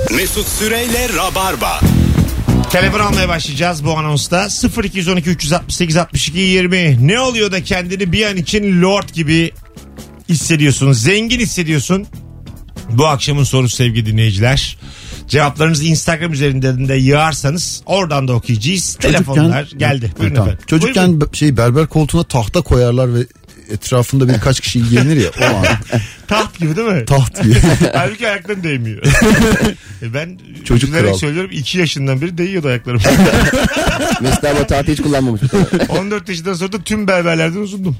Mesut Süreyle Rabarba. Telefon almaya başlayacağız bu anonsta. 0212 368 62 20. Ne oluyor da kendini bir an için lord gibi hissediyorsun, zengin hissediyorsun? Bu akşamın sorusu sevgili dinleyiciler. Cevaplarınızı Instagram üzerinden de yığarsanız oradan da okuyacağız. Telefonlar geldi. Buyurun tamam. efendim. Çocukken berber koltuğuna tahta koyarlar ve etrafında birkaç kişi ilgilenir ya o an. Taht gibi değil mi? Taht gibi. Halbuki ayaklarım değmiyor. Ben Çocuk kral. söylüyorum 2 yaşından beri değiyordu ayaklarım. Mesut abi tahtı hiç kullanmamış. 14 yaşından sonra da tüm berberlerden uzundum.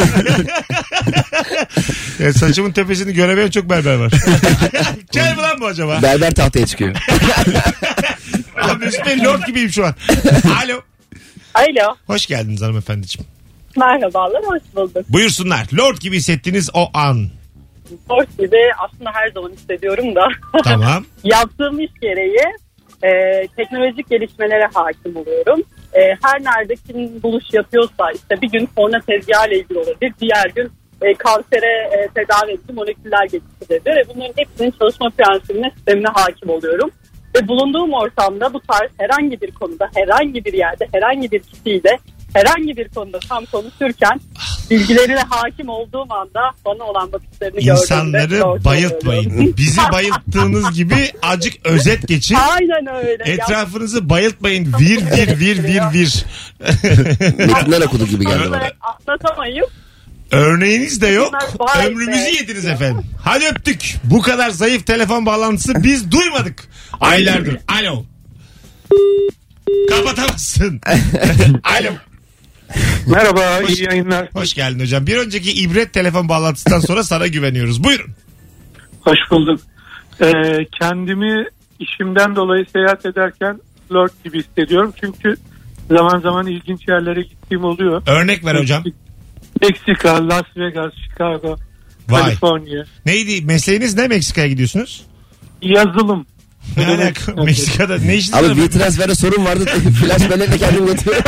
Yani saçımın tepesini göremeyen çok berber var. Kel mi lan bu acaba? Berber tahtaya çıkıyor. Abi üstüne lord gibiyim şu an. Alo. Alo. Hoş geldiniz hanımefendiciğim. Merhabalar, hoş bulduk. Buyursunlar. Lord gibi hissettiğiniz o an. Lord gibi aslında her zaman hissediyorum da. Tamam. Yaptığım iş gereği teknolojik gelişmelere hakim oluyorum. Her nerede kim buluş yapıyorsa işte bir gün korna tezgahıyla ilgili olabilir. Diğer gün kansere tedavi edici moleküller geliştirilir. Ve bunların hepsinin çalışma prensibine, sistemine hakim oluyorum. Ve bulunduğum ortamda bu tarz herhangi bir konuda, herhangi bir yerde, herhangi bir kişiyle herhangi bir konuda tam konuşurken bilgilerine hakim olduğum anda bana olan bakışlarını gördüğümde İnsanları bayıltmayın. Bizi bayılttığınız gibi azıcık özet geçin. Aynen öyle. Etrafınızı bayıltmayın. Vir. Metinler okudu gibi geldi bana. Anlatamayım. Örneğiniz de yok. Vay Ömrümüzü be. yediniz efendim. Hadi öptük. Bu kadar zayıf telefon bağlantısı biz duymadık. Aylardır. Alo. Kapatamazsın. Alo. Merhaba, iyi yayınlar. Hoş geldin hocam. Bir önceki ibret telefon bağlantısından sonra sana güveniyoruz. Buyurun. Hoş bulduk. Kendimi işimden dolayı seyahat ederken lord gibi hissediyorum. Çünkü zaman zaman ilginç yerlere gittiğim oluyor. Örnek ver hocam. Meksika, Las Vegas, Chicago, Vay. Kaliforniya. Neydi? Mesleğiniz ne? Meksika'ya gidiyorsunuz? Yazılım. Ne alaka? Meksika'da ne işiniz var? Abi bir transferde sorun vardı. Flash belleğine kendim getiriyorum.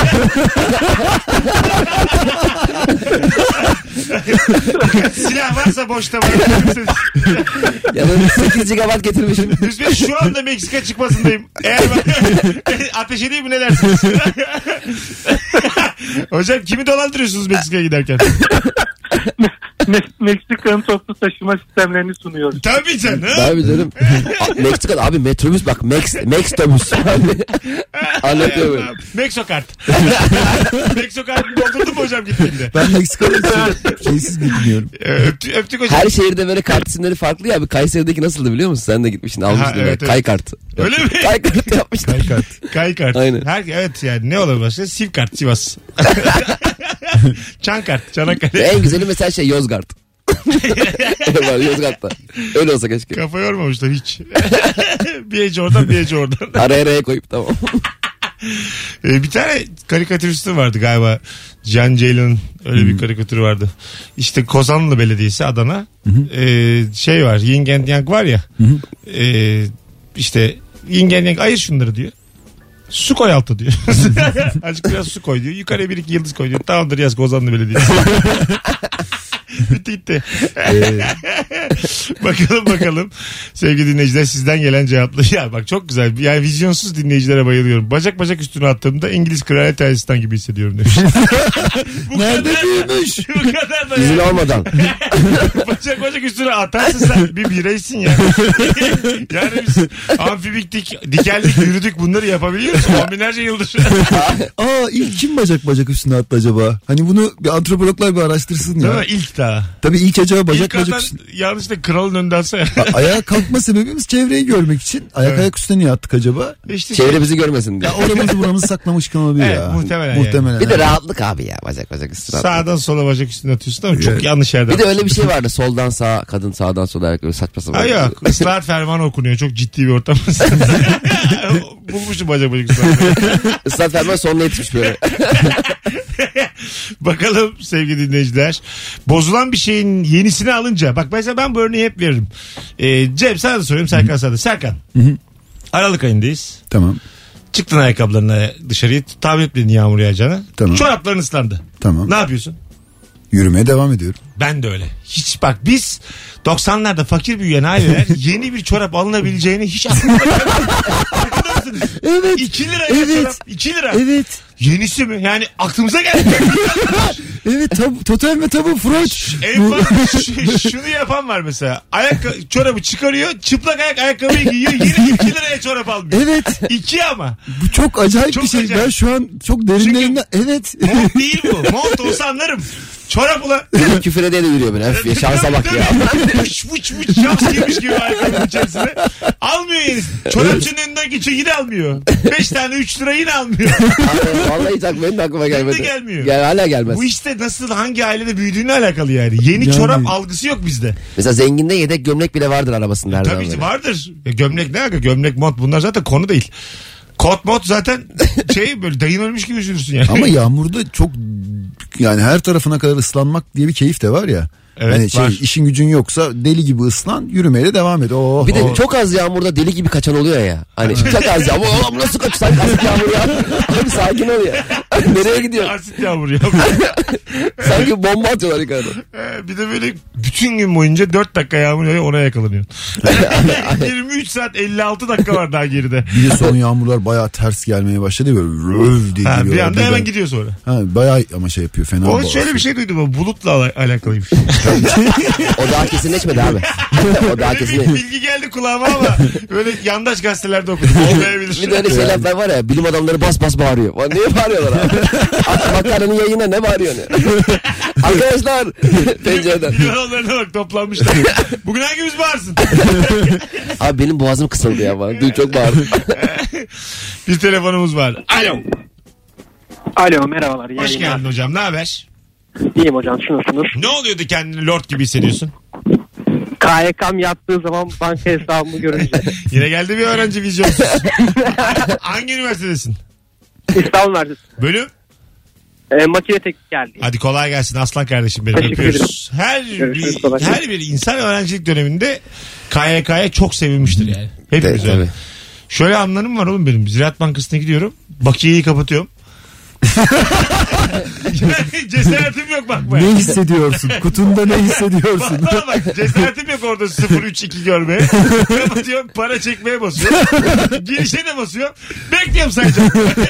Silah varsa boşta var. Ya da 8 GB getirmişim. Ben şu anda Meksika çıkmasındayım. Eğer ateş edeyim mi ne dersiniz? Hocam kimi dolandırıyorsunuz Meksika'ya giderken? Meksika'nın toplu taşıma sistemlerini sunuyoruz. Tabii canım. Tabii canım. Meksika'da abi metrobüs bak. Maxtobüs. Anlatıyor böyle. Meksokart. Meksokart'ı doldurdun mu hocam gittiğinde? Ben Meksika'da şeysiz bilmiyorum. Öptük hocam. Her şehirde böyle kart isimleri farklı ya. Abi Kayseri'deki nasıldı biliyor musun? Sen de gitmişsin almıştın. Evet, evet. Kay kartı. Öyle mi? Kay kartı yapmışlar. Kaykart. Aynen. Evet yani ne olur başka? Sivkart Sivas. Çankart. Çanakkale. En güzeli mesela şey Yozgat. Var Yozgat'ta. Öyle olsa keşke. Kafa yormamışlar hiç. Bir ece oradan bir ece oradan. Araya koyup tamam. Bir tane karikatüristi vardı galiba. Can Ceylan'ın öyle bir karikatürü vardı. İşte Kozanlı Belediyesi Adana. Şey var. Yin and Yang var ya. İşte Yin and Yang ayır şunları diyor. Su koy altı diyor. Azıcık biraz su koy diyor. Yukarıya bir iki yıldız koy diyor. Tamamdır yaz Kozanlı Belediyesi. Bitti. Bakalım sevgili dinleyiciler sizden gelen cevapları. Ya bak çok güzel. Yani vizyonsuz dinleyicilere bayılıyorum. Bacak üstüne attığımda İngiliz kraliyet ailesinden gibi hissediyorum demiş. Nerede büyümüş? Bu kadar da İzin yani. almadan. Bacak üstüne atarsın sen bir bireysin ya. Yani biz amfibiktik, dikeldik, yürüdük bunları yapabiliyoruz. On binlerce yıldır. İlk kim bacak üstüne attı acaba? Hani bunu bir antropologlar bir araştırsın ya. Değil mi? İlk daha. Tabii ilk acaba bacak İlk üstüne. yanlışlıkla kralın önünde atsa ya. Ayağa kalkma sebebimiz çevreyi görmek için. Ayak üstüne niye attık acaba? İşte Çevre bizi görmesin diye. Ya oramızı buramızı saklamış kalabilir Evet, ya. muhtemelen Bir de rahatlık abi ya bacak üstüne. sağdan sola bacak üstüne atıyorsun ama çok yanlış yerden. Bir de öyle bir şey vardı. Soldan sağa kadın sağdan sola ayak öyle saçma sapan. Ay yok. Islahat fermanı okunuyor. Çok ciddi bir ortam. Bulmuşum bacak üstüne. Islat ferman sonuna yetişmiş böyle. Bakalım sevgili dinleyiciler. Bozulan bir şeyin yenisini alınca. Bak mesela ben bu örneği hep veririm. Cem sana da soruyorum. Serkan sana da. Serkan. Aralık ayındayız. Tamam. Çıktın ayakkabılarına dışarıya. Tahmin etmedin yağmur yağacağını. Tamam. Çorapların ıslandı. Tamam. Ne yapıyorsun? Yürümeye devam ediyorum. Ben de öyle. Hiç bak biz 90'larda fakir büyüyen aileler yeni bir çorap alınabileceğini hiç aklımda görmedik. Evet. 2 lira Evet. çorap. 2 lira. Evet. Yenisi mi? Yani aklımıza geldi. Evet totem ve tabu Freud. En fazla şunu yapan var mesela. Çorabı çıkarıyor. Çıplak ayakkabıyı giyiyor. Yine 2 liraya çorap almıyor. Evet. 2 ama. Bu çok acayip Çok bir şey. acayip. Ben şu an çok derinlerinden evet. Mont değil bu. Mont olsa anlarım. Çorap ulan. Küfür ede de yürüyor böyle. Hafif ya. Şansa bak ya. Vıç şans giymiş gibi ayakkabının içerisine. Almıyor yenisi. Çorapçının önünden geçiyor yine almıyor. 5 tane 3 lira yine almıyor. Vallahi hiç benim de aklıma gelmedi. Benim de gelmiyor. Hala gelmez. Bu işte nasıl hangi ailede büyüdüğüne alakalı yani. Yeni çorap algısı yok bizde. Mesela zenginde yedek gömlek bile vardır arabasında her zaman. Tabii ki böyle. vardır. Gömlek ne alaka? Gömlek mont bunlar zaten konu değil. Kot mot zaten böyle dayın ölmüş gibi üzülürsün yani. Ama yağmurda çok yani her tarafına kadar ıslanmak diye bir keyif de var ya. Evet, yani var. işin gücün yoksa deli gibi ıslan, yürümeyle devam et. Oh, Bir de çok az yağmurda deli gibi kaçan oluyor ya. Hani çok az yağmur. Oğlum nasıl kaç? Sanki asit yağmur ya. Abi sakin ol ya. Nereye gidiyorsun? Asit yağmur ya. Sanki bomba atıyorlar yukarıda. Bir de böyle bütün gün boyunca 4 dakika yağmur yağıyor ona yakalanıyor. 23 saat 56 dakika var daha geride. Bir de son yağmurlar bayağı ters gelmeye başladı böyle röv diye geliyor. Bir anda hemen gidiyor sonra. Bayağı ama şey yapıyor fena. O şöyle bir şey duydum ama bulutla alakalıymış. O daha kesinleşmedi abi. O daha Öyle bir kesinleşmedi. bilgi geldi kulağıma ama böyle yandaş gazetelerde okudum. Olmayabilir. Bir de öyle şeyler var ya, bilim adamları bas bas bağırıyor. Niye bağırıyorlar abi? Makarnanın yayına ne bağırıyor ne? Arkadaşlar pencereden. Yollarına bak toplanmışlar. Bugün hangimiz bağırsın? Abi benim boğazım kısıldı ya bana. Dün çok bağırdım. Bir telefonumuz var. Alo. Alo merhabalar. Hoş geldin hocam. Ne haber? İyiyim hocam, siz nasılsınız? Ne oluyordu kendini lord gibi hissediyorsun? KYK'm yattığı zaman banka hesabımı görünce. Yine geldi bir öğrenci vizyonsuz. Hangi üniversitedesin? İstanbul Üniversitesi. Bölüm? Makine teknikerliği. Hadi kolay gelsin aslan kardeşim benim. Teşekkür Öpüyoruz. Her bir insan öğrencilik döneminde KYK'ya çok sevinmiştir yani. Hepimiz öyle. Tabii. Şöyle anlarım var oğlum benim. Ziraat Bankası'na gidiyorum. Bakiyeyi kapatıyorum. Cesaretim yok bakmaya. Ne hissediyorsun? Kutunda ne hissediyorsun? Vallahi bak cesaretim yok orada 0-3-2 görmeye. Kapatıyorum para çekmeye basıyorum. Girişe de basıyorum. Bekliyorum sadece.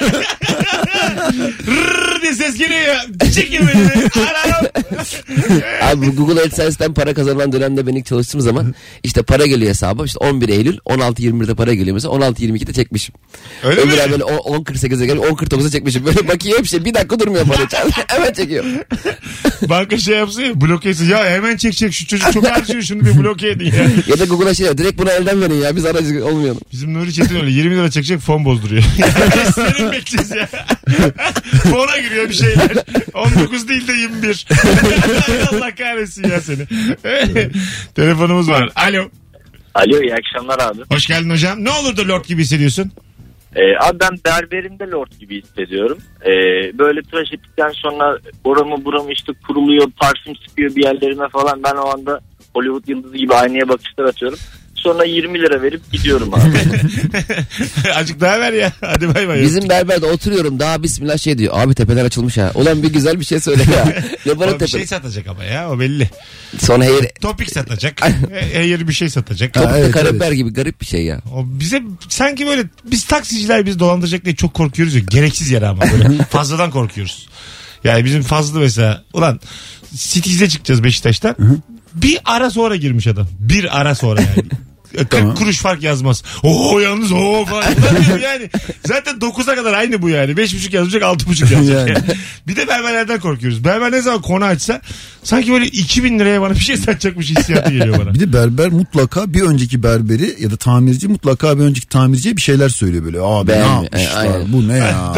Rrrr diye ses geliyor ya. Çekin beni. Anam. Abi Google AdSense'den para kazanılan dönemde ben ilk çalıştığım zaman işte para geliyor hesaba. İşte 11 Eylül 16.21'de para geliyor mesela. 16.22'de çekmişim. Öyle mi? Öbür ay böyle 10.48'e gelmiş 10.49'a çekmişim. Böyle bakıyor bir şey bir dakika durmuyor para. Hemen çekiyor. Banka şey yapsın ya bloke etsin. Ya hemen çek şu çocuk çok harcıyor şunu bir bloke edin ya. Ya da Google'a şey diyor, direkt bunu elden verin ya biz aracı olmayalım. Bizim Nuri Çetin öyle 20 lira çekecek fon bozduruyor. Senin bekleyeceğiz ya. Fona giriyor bir şeyler. 19 değil de 21. Allah kahretsin ya seni. Telefonumuz var. Alo. Alo iyi akşamlar abi. Hoş geldin hocam. Ne olur da lord gibi hissediyorsun? Abi ben berberimde lord gibi hissediyorum. Böyle tıraş ettikten sonra oramı buramı işte kuruluyor, parfüm sıkıyor bir yerlerime falan. Ben o anda Hollywood yıldızı gibi aynaya bakışlar atıyorum. Sonra 20 lira verip gidiyorum abi. Azıcık daha ver ya. Hadi bay bay. Bizim berberde oturuyorum daha bismillah şey diyor. Abi tepeler açılmış ha. Ulan bir güzel bir şey söyle ya. Ne bana O bir tepe. şey satacak ama ya o belli. Sonra hayır. Topik satacak. Hayır bir şey satacak. Ha, Topuklu evet, karabiber gibi garip bir şey ya. O bize sanki böyle biz taksiciler bizi dolandıracak diye çok korkuyoruz ya. Gereksiz yere ama böyle fazladan korkuyoruz. Yani bizim fazla mesela ulan Cities'e çıkacağız Beşiktaş'tan. Bir ara sonra girmiş adam. Bir ara sonra yani. 40 kuruş fark yazmaz. Oo yalnız o falan. Yani zaten 9'a kadar aynı bu yani. 5,5 yazacak 6,5 yazacak. Yani. Bir de berberlerden korkuyoruz. Berber ne zaman konu açsa sanki böyle 2.000 liraya bana bir şey satacakmış hissiyatı geliyor bana. Bir de berber mutlaka bir önceki berberi ya da tamirci mutlaka bir önceki tamirciye bir şeyler söylüyor böyle. Abi ne yapmışlar aynen. bu ne ya.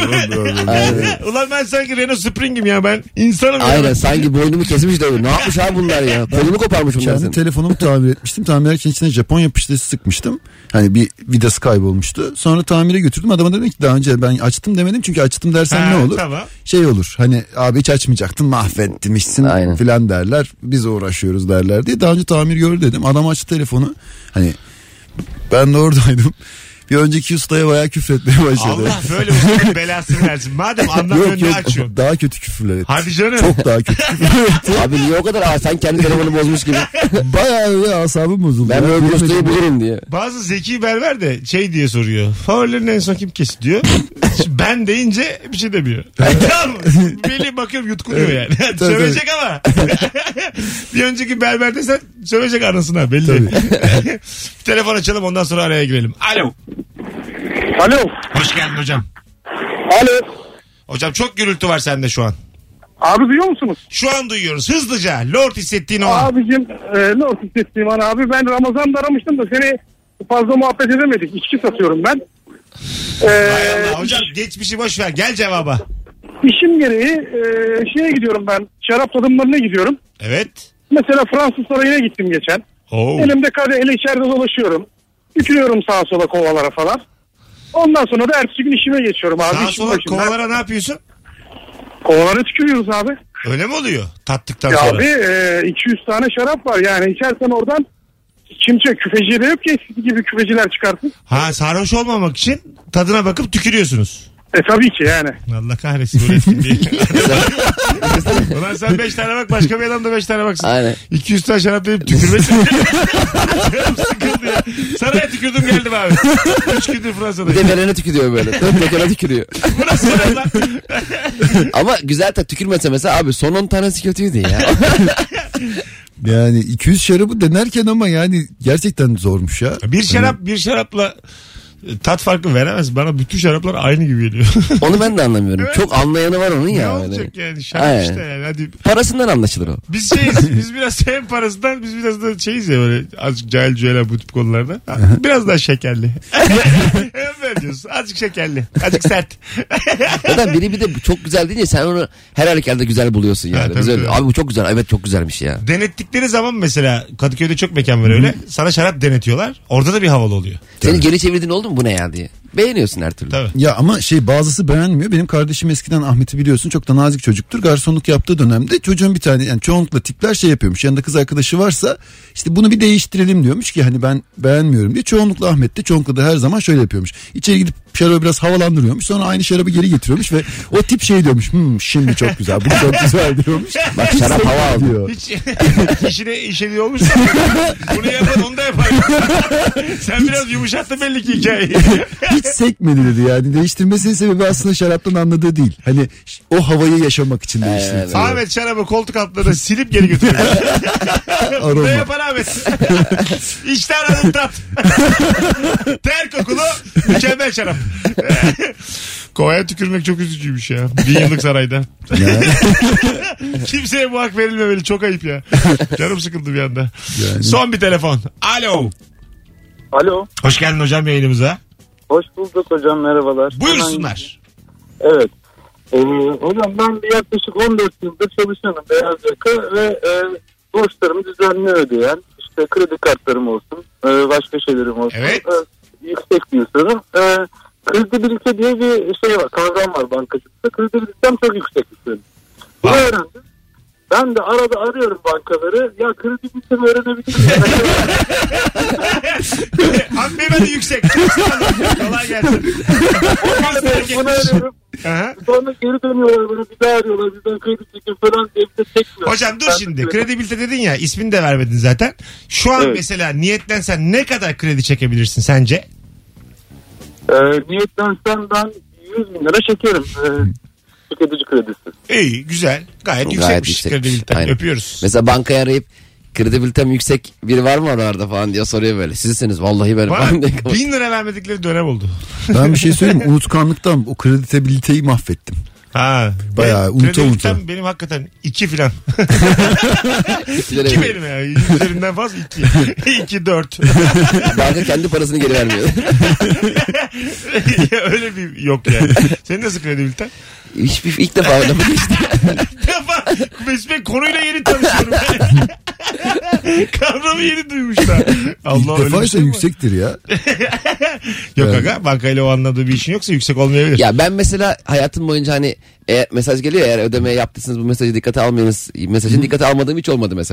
Ulan ben sanki Renault Spring'im ya ben insanım. Aynen ya. sanki boynumu kesmiş de ne yapmış abi bunlar ya. Kolunu koparmış bunlar Kendi senin. telefonumu tamir etmiştim. Tamir ederken içine Japon yapıştırıcısı sıkmıştım. Hani bir vidası kaybolmuştu. Sonra tamire götürdüm. Adama dedim ki daha önce ben açtım demedim. Çünkü açtım dersen ne olur? Tamam. Şey olur. Hani abi hiç açmayacaktın mahvetmişsin Aynen. filan derler. Biz uğraşıyoruz derler diye. Daha önce tamir gör dedim. Adam açtı telefonu. Hani ben de oradaydım. Bir önceki ustaya bayağı küfretmeye başladı. Allah böyle ustanın belasını versin. Madem anlamıyorsun ne açıyorsun? Daha kötü küfürler etti. Hadi canım. Çok daha kötü küfürler etti. Abi niye o kadar? Sen kendi telefonu bozmuş gibi. Bayağı öyle asabım bozuldu. Ben böyle bir ustayı bulurum diye. Bazı zeki berber de şey diye soruyor. Favorilerini en son kim kesti diyor. Ben deyince bir şey demiyor. Tamam mı? Beni bakıyorum yutkuluyor yani. Sövecek ama. Bir önceki berber desen sövecek anasına belli. Telefon açalım ondan sonra araya girelim. Alo. Alo. Hoş geldin hocam. Alo. Hocam çok gürültü var sende şu an. Abi duyuyor musunuz? Şu an duyuyoruz. Hızlıca. Lord hissettiğin o an. Abicim Lord hissettiğim an abi. Ben Ramazan'da aramıştım da seni fazla muhabbet edemedik. İçki satıyorum ben. Hay Allah. Hocam geçmişi boş ver. Gel cevaba. İşim gereği şeye gidiyorum ben. Şarap tadımlarına gidiyorum. Evet. Mesela Fransız Sarayı'na gittim geçen. Oo. Elimde kadehle içeride dolaşıyorum. Tükürüyorum sağa sola kovalara falan. Ondan sonra da ertesi gün işime geçiyorum abi. Sağa sola kovalara ne yapıyorsun? Kovalara tükürüyoruz abi. Öyle mi oluyor? Tattıktan Ya sonra. abi 200 tane şarap var yani içersen oradan kimse küfeciye de yok ki eskisi gibi küfeciler çıkartın. Ha sarhoş olmamak için tadına bakıp tükürüyorsunuz. Tabii ki yani. Allah kahretsin bu etkinliği. Ulan sen 5 tane bak başka bir adam da 5 tane baksın. Aynen. 200 tane şarap verip tükürmesin. Canım sıkıldı ya. Saraya tükürdüm geldim abi. 3 gündür Fransa'da. Bir de verene tükürüyor böyle. Tekene tükürüyor. Burası ne lan? Ama güzel tükürmese mesela abi son 10 tanesi kötüydü ya. Yani 200 şarabı denerken ama yani gerçekten zormuş ya. Bir şarapla tat farkı veremez. Bana bütün şaraplar aynı gibi geliyor. Onu ben de anlamıyorum. Çok anlayanı var onun Ne ya. olacak yani? Şarap Aynen. işte yani. Hadi. Parasından anlaşılır o. Biz şeyiz. Biz biraz hem parasından biz biraz da şeyiz ya böyle azıcık cahil cüela bu tip konularda. Biraz daha şekerli. Hem böyle diyorsun. Azıcık şekerli. Azıcık sert. Zaten biri bir de çok güzel deyince sen onu her halükarda güzel buluyorsun yani. Ha, tabii, Biz öyle, tabii. abi bu çok güzel. Evet çok güzelmiş ya. Denettikleri zaman mesela Kadıköy'de çok mekan var öyle. Sana şarap denetiyorlar. Orada da bir havalı oluyor. Seni geri çevirdiğin oldu mu bu ne ya diye. Beğeniyorsun her türlü. Tabii. Ya ama bazısı beğenmiyor. Benim kardeşim eskiden Ahmet'i biliyorsun çok da nazik çocuktur. Garsonluk yaptığı dönemde çocuğun bir tane yani çoğunlukla tipler şey yapıyormuş. Yanında kız arkadaşı varsa işte bunu bir değiştirelim diyormuş ki hani ben beğenmiyorum diye. Çoğunlukla Ahmet'te çoğunlukla da her zaman şöyle yapıyormuş. İçeri gidip şarabı biraz havalandırıyormuş. Sonra aynı şarabı geri getiriyormuş ve o tip şey diyormuş. Şimdi çok güzel. Bu çok güzel diyormuş. Bak şarap hava aldı. Diyor. Hiç işe olmuş mu? Bunu yapan onu da yapar. Sen biraz yumuşattın belli ki hikayeyi. Hiç sekmedi dedi yani. Değiştirmesinin sebebi aslında şaraptan anladığı değil. Hani o havayı yaşamak için değiştirdi. Evet. Ahmet şarabı koltuk altlarına silip geri götürüyor. Aroma. Ne yapar Ahmet? İşte aradım tat. Ter kokulu mükemmel şarap. Kovaya tükürmek çok üzücüymüş ya. 1000 yıllık sarayda. Kimseye bu hak verilmemeli. Çok ayıp ya. Canım sıkıldı bir anda. Yani. Son bir telefon. Alo. Alo. Hoş geldin hocam yayınımıza. Hoş bulduk hocam, merhabalar. Buyursunlar. Evet. Hocam ben bir yaklaşık 14 yıldır çalışıyorum beyaz yaka ve borçlarımı düzenli ödeyen, işte kredi kartlarım olsun, başka şeylerim olsun. Evet. Yüksek bir insanım. Kredibilite diye bir şey var, kavram var bankacılıkta. Kredibilitem çok yüksek istedim. Bunu öğrendim. Ben de arada arıyorum bankaları. Ya kredibilitemi öğrenebilir miyim? Hanımefendi yüksek. Çok sağ olun. Kolay gelsin. Bunu arıyorum. Aha. Sonra geri dönüyorlar bana, bir daha arıyorlar. Bizden kredi çekin falan diye bir de çekmiyor. Hocam dur şimdi. Kredibilite dedin ya, ismini de vermedin zaten. Şu an mesela niyetlensen ne kadar kredi çekebilirsin sence? Niyetlensem ben 100 bin lira çekerim. Tüketici kredisi. İyi, güzel. Gayet yüksekmiş kredibilite. Aynen. Öpüyoruz. Mesela bankaya arayıp kredibilitem yüksek biri var mı oralarda falan diye soruyor böyle. Sizsiniz vallahi benim. Bana falan diye. 1000 lira vermedikleri dönem oldu. Ben bir şey söyleyeyim mi? Unutkanlıktan o kreditebiliteyi mahvettim. Ha. Bayağı kredibilitem benim hakikaten 2 filan. 2 benim ya. 100 üzerinden fazla 2. 2, 4. Banka kendi parasını geri vermiyor. Öyle bir yok yani. Senin nasıl kredibiliten? İlk defa lafı geçti. Ben konuyla yeni tanışıyorum. Kavramı yeni duymuşlar. Allah İlk defa ise yüksektir ya. Yok aga, bankayla o anladığı bir işin yoksa yüksek olmayabilir. Ya ben mesela hayatım boyunca hani mesaj geliyor, eğer ödemeye yaptıysanız bu mesajı dikkate almayınız. Mesajın dikkate almadığım hiç olmadı mesela.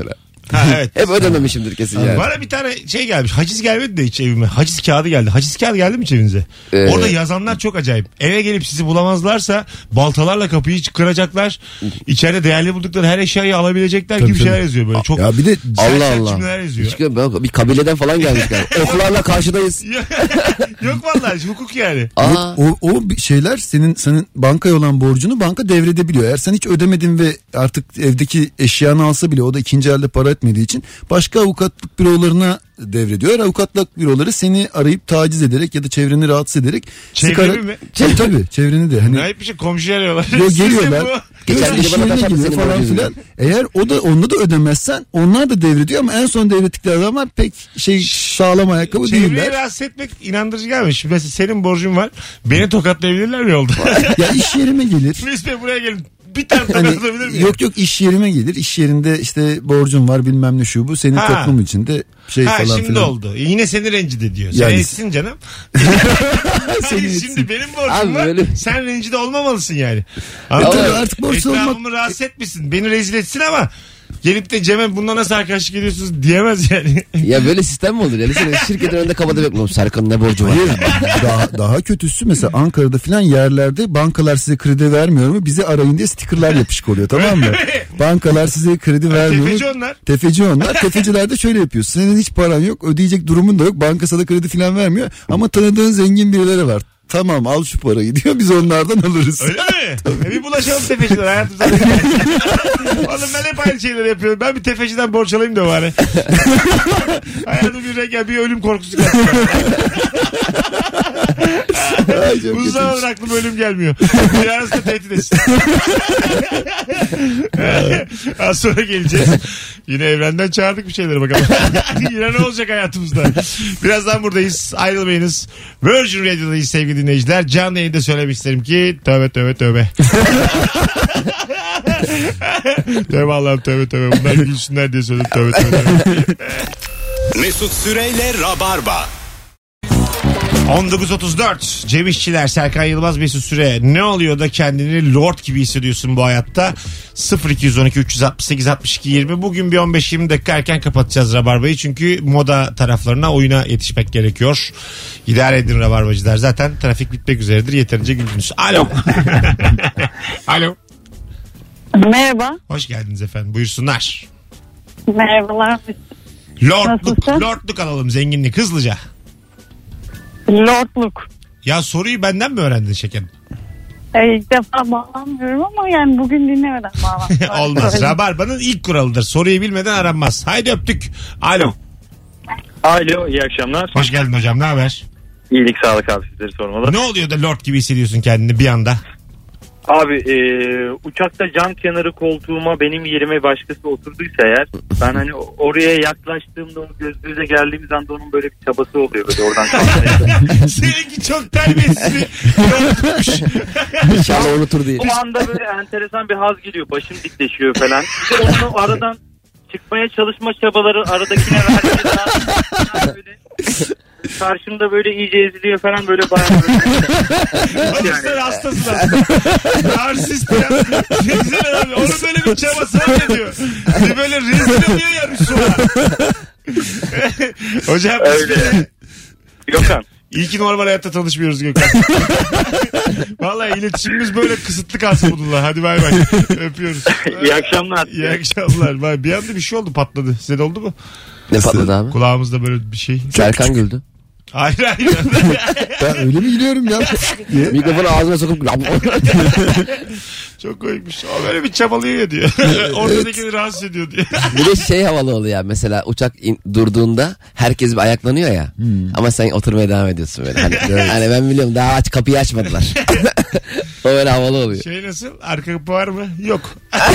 Ha, evet. Hep ödememişimdir kesin yani. Bana bir tane şey gelmiş. Haciz gelmedi de hiç evime. Haciz kağıdı geldi. Haciz kağıdı geldi mi hiç evinize? Orada yazanlar çok acayip. Eve gelip sizi bulamazlarsa baltalarla kapıyı kıracaklar. İçeride değerli buldukları her eşyayı alabilecekler gibi şeyler yazıyor böyle. Çok Ya bir de Allah Allah. yazıyor. Hiç bir kabileden falan gelmişler. Oklarla karşıdayız. Yok vallahi hukuk yani. Aa. o şeyler senin bankaya olan borcunu banka devredebiliyor. Eğer sen hiç ödemedin ve artık evdeki eşyanı alsa bile o da ikinci elde para etmediği için başka avukatlık bürolarına devrediyor. Eğer avukatlık büroları seni arayıp taciz ederek ya da çevreni rahatsız ederek Çevremi mi? Tabii çevreni de. Hani Acayip bir şey, komşu arıyorlar. Yok, geliyorlar. Geçen iş gece bana yerine taşadı geliyor senin falan borcunu. filan. Eğer onunla da ödemezsen onlar da devrediyor ama en son devrettikleri adamlar pek sağlam ayakkabı Çevreyi değiller. rahatsız etmek inandırıcı gelmiş. Mesela senin borcun var. Beni tokatlayabilirler mi yolda? Ya iş yerime gelir. Mesut Bey buraya gelin. Bir tane Hani, tokatlayabilir miyim? yok iş yerime gelir. İş yerinde işte borcun var bilmem ne şu bu. Senin toplum içinde falan şimdi filan. oldu. Yine seni rencide diyor. Sen Yani- etsin canım. Hayır, şimdi benim borcum Abi var. böyle- Sen rencide olmamalısın yani. Tabii, Anladın mı? artık borçlu Etrafımı rahatsız etmesin. Beni rezil etsin ama gelip de Cem'e bundan nasıl arkadaşlık ediyorsunuz diyemez yani. Ya böyle sistem mi olur? Yani senin şirketin önünde kapıda bekliyorum. Serkan'ın ne borcu var? Hayır, daha kötüsü mesela Ankara'da filan yerlerde bankalar size kredi vermiyor mu? Bizi arayın diye stickerlar yapışık oluyor, tamam mı? Bankalar size kredi vermiyor mu? Tefeci onlar. Tefeci onlar. Tefeciler de şöyle yapıyor. Senin hiç paran yok, ödeyecek durumun da yok. Banka sana kredi filan vermiyor ama tanıdığın zengin birileri var. Tamam al şu parayı diyor, biz onlardan alırız. Öyle mi? Bir bulaşalım tefeciler hayatımıza. Oğlum ben hep aynı şeyleri yapıyorum. Ben bir tefeciden borç alayım da bari. Hayatım bir ölüm korkusu gelsin. Ay, çok Uzun zamandır kötüymüş. aklıma ölüm gelmiyor. Bir arasında tehdit etsin. Az sonra geleceğiz. Yine evrenden çağırdık bir şeyleri bakalım. Yine ne olacak hayatımızda? Birazdan buradayız. Ayrılmayınız. Virgin Radio'dayız sevgili dinleyiciler. Canlı yayında söylemek isterim ki tövbe tövbe tövbe. Tövbe Allah'ım tövbe tövbe. Bunlar gülsünler diye söyledim tövbe tövbe tövbe. Mesut Süreyle Rabarba. 19.34 Cem İşçiler, Serkan Yılmaz, Mesut Süre. Ne oluyor da kendini lord gibi hissediyorsun bu hayatta? 0212 368 62 20. Bugün bir 15-20 dakika erken kapatacağız Rabarba'yı. Çünkü moda taraflarına, oyuna yetişmek gerekiyor. İdare edin Rabarbacılar. Zaten trafik bitmek üzeredir. Yeterince güldünüz. Alo. Alo. Merhaba. Hoş geldiniz efendim. Buyursunlar. Merhabalar. Lordluk, Nasılsın? lordluk alalım, zenginlik hızlıca. Lordluk. Ya soruyu benden mi öğrendin şekerim? İlk defa bağlanmıyorum ama yani bugün dinlemeden bağlanıyorum. Olmaz. Rabarba'nın ilk kuralıdır. Soruyu bilmeden aranmaz. Haydi öptük. Alo. Alo, iyi akşamlar. Hoş geldin hocam. Ne haber? İyilik, sağlık abi, sizleri sormalı. Ne oluyor da lord gibi hissediyorsun kendini bir anda? Abi uçakta cam kenarı koltuğuma benim yerime başkası oturduysa eğer, ben hani oraya yaklaştığımda, o göz göze geldiğimiz anda onun böyle bir çabası oluyor böyle oradan kalkmaya. Seninki çok terbiyesiz bir lordmuş. İnşallah unutur diye. O anda böyle enteresan bir haz geliyor, başım dikleşiyor falan. Bir de onu aradan çıkmaya çalışma çabaları, aradakine verdiği daha böyle karşımda böyle iyice eziliyor falan, böyle bayağı böyle. Oğlum sen hastasın aslında. Narsist ya. Güzel abi. Onun böyle bir çabası var diyor. Bir böyle rezil oluyor ya Rüsva. Hocam Öyle. Gökhan. İyi ki normal hayatta tanışmıyoruz Gökhan. Vallahi iletişimimiz böyle kısıtlı kalsın bununla. Hadi bay bay. Öpüyoruz. İyi akşamlar. İyi akşamlar. Vay, bir anda bir şey oldu, patladı. Size de oldu mu? Ne patladı abi? Kulağımızda böyle bir şey. Serkan güldü. Hayır. Ben öyle mi gidiyorum ya? diye. Mikrofonu ağzına sokup Çok koymuş. O böyle bir çabalıyor ya diyor. Ortadakini rahatsız ediyor diyor. bir de şey havalı oluyor ya, mesela uçak durduğunda herkes bir ayaklanıyor ya, ama sen oturmaya devam ediyorsun böyle. Hani ben biliyorum, daha kapıyı açmadılar. O böyle havalı oluyor. Şey nasıl? Arka kapı var mı? Yok.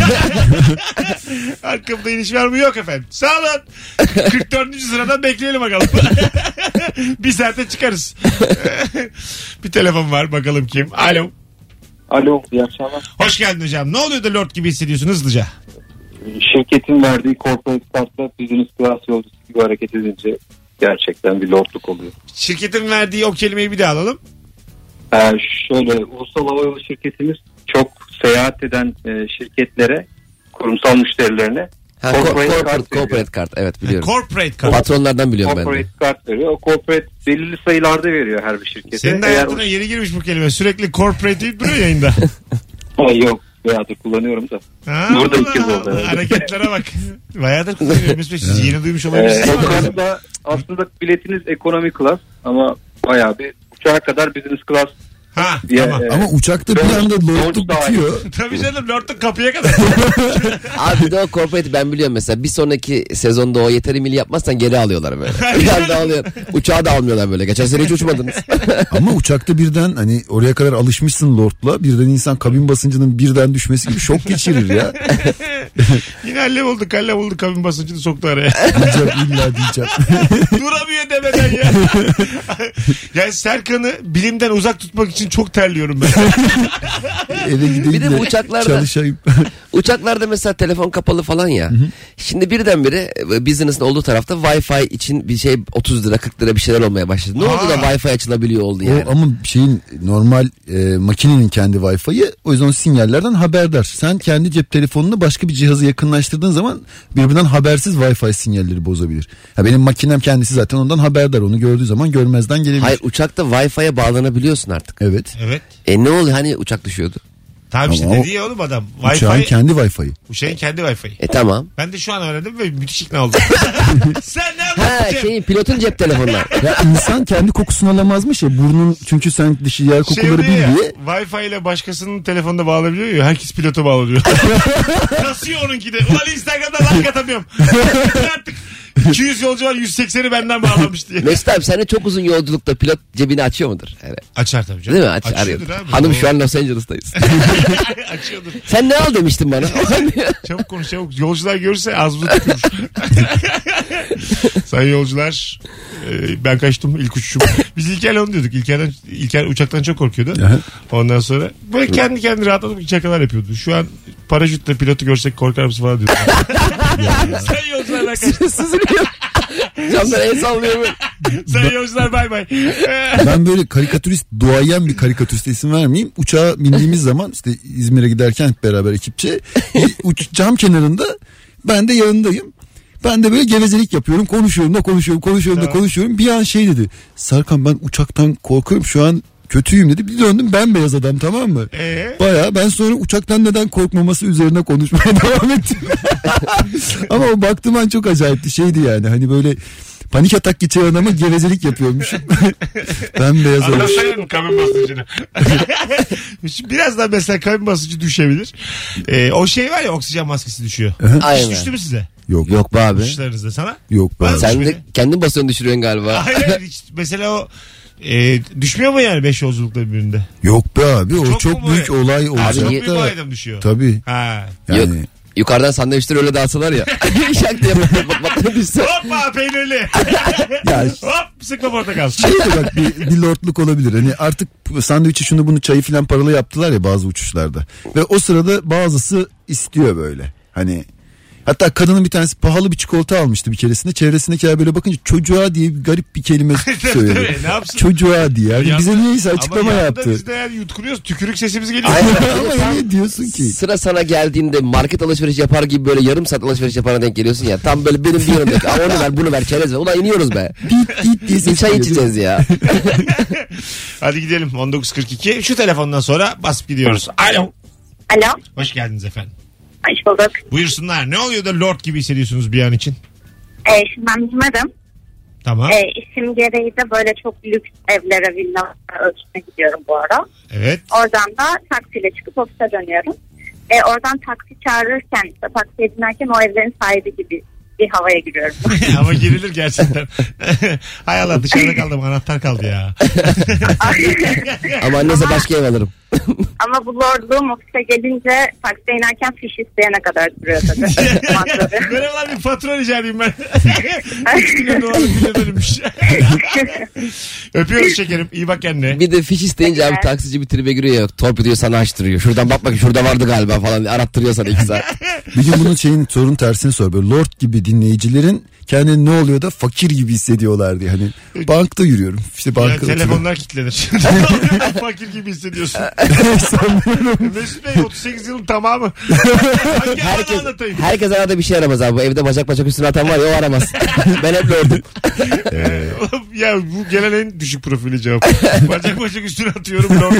Arka kapıda iniş var mı? Yok efendim. Sağ olun. 44. sıradan bekleyelim bakalım. Bir saate çıkarız. Bir telefon var, bakalım kim? Alo. Alo, iyi akşamlar. Hoş geldin hocam. Ne oluyor da lord gibi hissediyorsun hızlıca? Şirketin verdiği corporate kartla business class yolcusu gibi hareket edince gerçekten bir lordluk oluyor. Şirketin verdiği o kelimeyi bir daha alalım. Şöyle, ulusal havayolu şirketimiz çok seyahat eden şirketlere, kurumsal müşterilerine Corporate kart. Evet biliyorum. Corporate kart. Patronlardan biliyorum ben de. Corporate kart veriyor. O corporate belirli sayılarda veriyor her bir şirkete. Senin hayatına yeni girmiş bu kelime. Sürekli corporate deyip duruyor yayında. Yok. Bayağıdır kullanıyorum da. Burada ilk kez oldu. Hareketlere bak. Bayağıdır kullanıyorum. Siz yeni duymuş olabilirsiniz. O konuda aslında biletiniz ekonomi class ama bayağı bir uçağa kadar business class. Ha tamam. Ama uçakta bir anda lordluk bitiyor. Tabii canım, lordluk kapıya kadar. Abi de o corporate ben biliyorum mesela. Bir sonraki sezonda o yeteri mili yapmazsan geri alıyorlar böyle. Bir anda alıyor. Uçağı da almıyorlar böyle. Geçen sene hiç uçmadınız. Ama uçakta birden hani oraya kadar alışmışsın lordla, birden insan kabin basıncının birden düşmesi gibi şok geçirir ya. Yine hallem bulduk kabin basıncını soktu araya. Diyeceğim, illa diyeceğim. Duramıyor demeden ya. Yani Serkan'ı bilimden uzak tutmak için çok terliyorum ben. Eve gideyim Bir de bu uçaklarda çalışayım. Uçaklarda mesela telefon kapalı falan ya. Hı-hı. Şimdi birdenbire business'ın olduğu tarafta Wi-Fi için bir şey 30 lira 40 lira bir şeyler olmaya başladı. Ne oldu da Wi-Fi açılabiliyor oldu yani. O, ama şeyin normal makinenin kendi Wi-Fi'yi, o yüzden o sinyallerden haberdar. Sen kendi cep telefonunu başka bir cihazı yakınlaştırdığın zaman birbirinden habersiz Wi-Fi sinyalleri bozabilir. Ha, benim makinem kendisi zaten ondan haberdar. Onu gördüğü zaman görmezden gelebilir. Hayır, uçakta Wi-Fi'ye bağlanabiliyorsun artık. Evet. Evet. Ne oluyor, hani uçak düşüyordu? Tamam işte dedi ya oğlum adam. Uçağın kendi Wi-Fi'yi. Uçağın kendi Wi-Fi'yi. Tamam. Ben de şu an öğrendim ve müthiş ikna oldum. Sen ne yapıyorsun? Pilotun cep telefonlar. Ya insan kendi kokusunu alamazmış ya, burnun, çünkü sen dışı yer kokuları bil diye. Wi-Fi ile başkasının telefonuna bağlanabiliyor ya, herkes pilota bağlanıyor. Kasıyor onunki de. Ulan Instagram'da like atamıyorum. Artık 200 yolcu var, 180'i benden bağlamış diye. Mesut abi, sen de çok uzun yolculukta pilot cebini açıyor mudur? Evet. Açar tabii canım. Değil mi? Arıyordur. Hanım şu an Los Angeles'tayız. Açıyordur. Sen ne al demiştin bana? Çabuk konuş çabuk. Yolcular görürse ağzımızı tutuyormuş. Sayın yolcular, ben kaçtım ilk uçuşum. Biz İlker'le onu diyorduk. İlker uçaktan çok korkuyordu. Ondan sonra böyle kendi kendine rahatlatıp şakalar yapıyordu. Şu an paraşütle pilotu görsek korkar mısın falan diyordu. Sayın yolcular, ben kaçtım. Sızılıyor. Camdan el sallıyor böyle. Sayın yolcular, bay bay. Ben böyle karikatürist, duayen bir karikatüriste isim vermeyeyim. Uçağa bindiğimiz zaman işte İzmir'e giderken hep beraber ekipçe cam kenarında, ben de yanındayım. Ben de böyle gevezelik yapıyorum. Konuşuyorum. Bir an şey dedi. Serkan, ben uçaktan korkuyorum şu an, kötüyüm dedi. Bir döndüm, bembeyaz adam, tamam mı? Bayağı ben sonra uçaktan neden korkmaması üzerine konuşmaya devam ettim. Ama o baktığım an çok acayipti, şeydi yani, hani böyle panik atak geçiren ama gevezelik yapıyormuşum. Bembeyaz olmuş. Anlatayım kabin basıncını. Birazdan mesela kabin basıncı düşebilir. O şey var ya, oksijen maskesi düşüyor. Aynen. Hiç düştü mü size? Yok be abi. Uçuşlarınızda sana? Yok be abi. Sen de kendi basıyorsun, düşürüyorsun galiba. Hayır hiç, mesela o düşmüyor mu yani 5 yolculukta birinde? Yok be abi, o çok mu büyük olay olacak. Çok büyük olayda mı düşüyor? Tabii. Ha. Yani... Yok. Yukarıdan sandviçleri öyle dağıtsalar ya. Şak diye bak düşse. Hoppa peynirli. Hop sıkma portakal. Bak bir lordluk olabilir. Hani artık sandviçi, şunu bunu, çayı filan paralı yaptılar ya bazı uçuşlarda. Ve o sırada bazısı istiyor böyle. Hani hatta kadının bir tanesi pahalı bir çikolata almıştı bir keresinde. Çevresindekiler böyle bakınca çocuğa diye bir garip bir kelime söyledi. Ne yapsın? Çocuğa diye. Yani bize niyeyse açıklama yaptı. Ama biz de yani yutkunuyoruz. Tükürük sesimiz geliyor. Ama ne diyorsun ki? Sıra sana geldiğinde market alışveriş yapar gibi böyle yarım saat alışveriş yaparına denk geliyorsun ya. Tam böyle benim bir yanımdaki. Onu ver, bunu ver, çerez ver. Ulan iniyoruz be. Bir çay içeceğiz ya. Hadi gidelim. 19.42. Şu telefondan sonra basıp gidiyoruz. Alo. Hoş geldiniz efendim. Hoş bulduk. Buyursunlar. Ne oluyor da lord gibi hissediyorsunuz bir an için? Şimdi ben mimarım. Tamam. İşim gereği de böyle çok lüks evlere, villalara ölçmeye gidiyorum bu ara. Evet. Oradan da taksiyle çıkıp ofise dönüyorum. Oradan taksi çağırırken, işte taksiye binerken o evlerin sahibi gibi bir havaya giriyorum. Ama girilir gerçekten. Hay Allah, dışarıda kaldım, anahtar kaldı ya. Ama annese başka ev alırım. Ama bu lordluğum ofise gelince taksiye inerken fiş isteyene kadar sürüyor tabii. Böyle olan bir fatura rica edeyim ben. 3 milyon dolar bölünmüş. Öpüyoruz şekerim. İyi bak kendine. Bir de fiş isteyince abi taksici bir tribe giriyor ya. Torpidoyu sana açtırıyor. Şuradan bak bakayım, şurada vardı galiba falan. Arattırıyor sana 2 saat. Bir gün bunun sorun tersini sor. Böyle lord gibi dinleyicilerin kendini ne oluyor da fakir gibi hissediyorlar diye. Hani bankta yürüyorum. İşte bankta telefonlar kilitlenir. Fakir gibi hissediyorsun. Mesut Bey 38 yılın tamamı. Hangi anı anlatayım? Herkes arada bir şey aramaz abi. Bu evde bacak üstüne atan var ya, o aramaz. Ben hep lordum. Ya bu gelen en düşük profili cevap. Bacak üstüne atıyorum lord.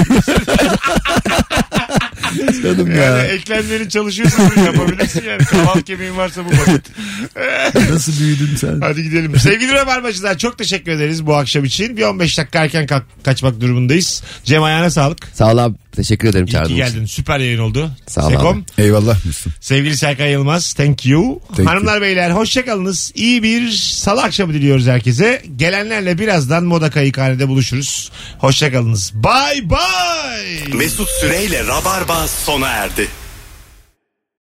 Canım Yani ya. eklemlerin çalışıyorsa bunu yapabilirsin yani. Kaval kemiğin varsa bu basit. Nasıl büyüdün sen? Hadi gidelim. Sevgili Rabarbacılar, çok teşekkür ederiz bu akşam için. Bir 15 dakika erken kaçmak durumundayız. Cem, ayağına sağlık. Sağ ol abi. Teşekkür ederim İyi ki çağırdığın için. geldin. Süper yayın oldu. Sağ ol Sekom. abi. Eyvallah Müslüm. Sevgili Serkan Yılmaz. Thank you. Hanımlar beyler, hoşçakalınız. İyi bir salı akşamı diliyoruz herkese. Gelenlerle birazdan Moda Kayıkhane'de buluşuruz. Hoşçakalınız. Bye bye. Mesut Süreyle Rabarba sona erdi.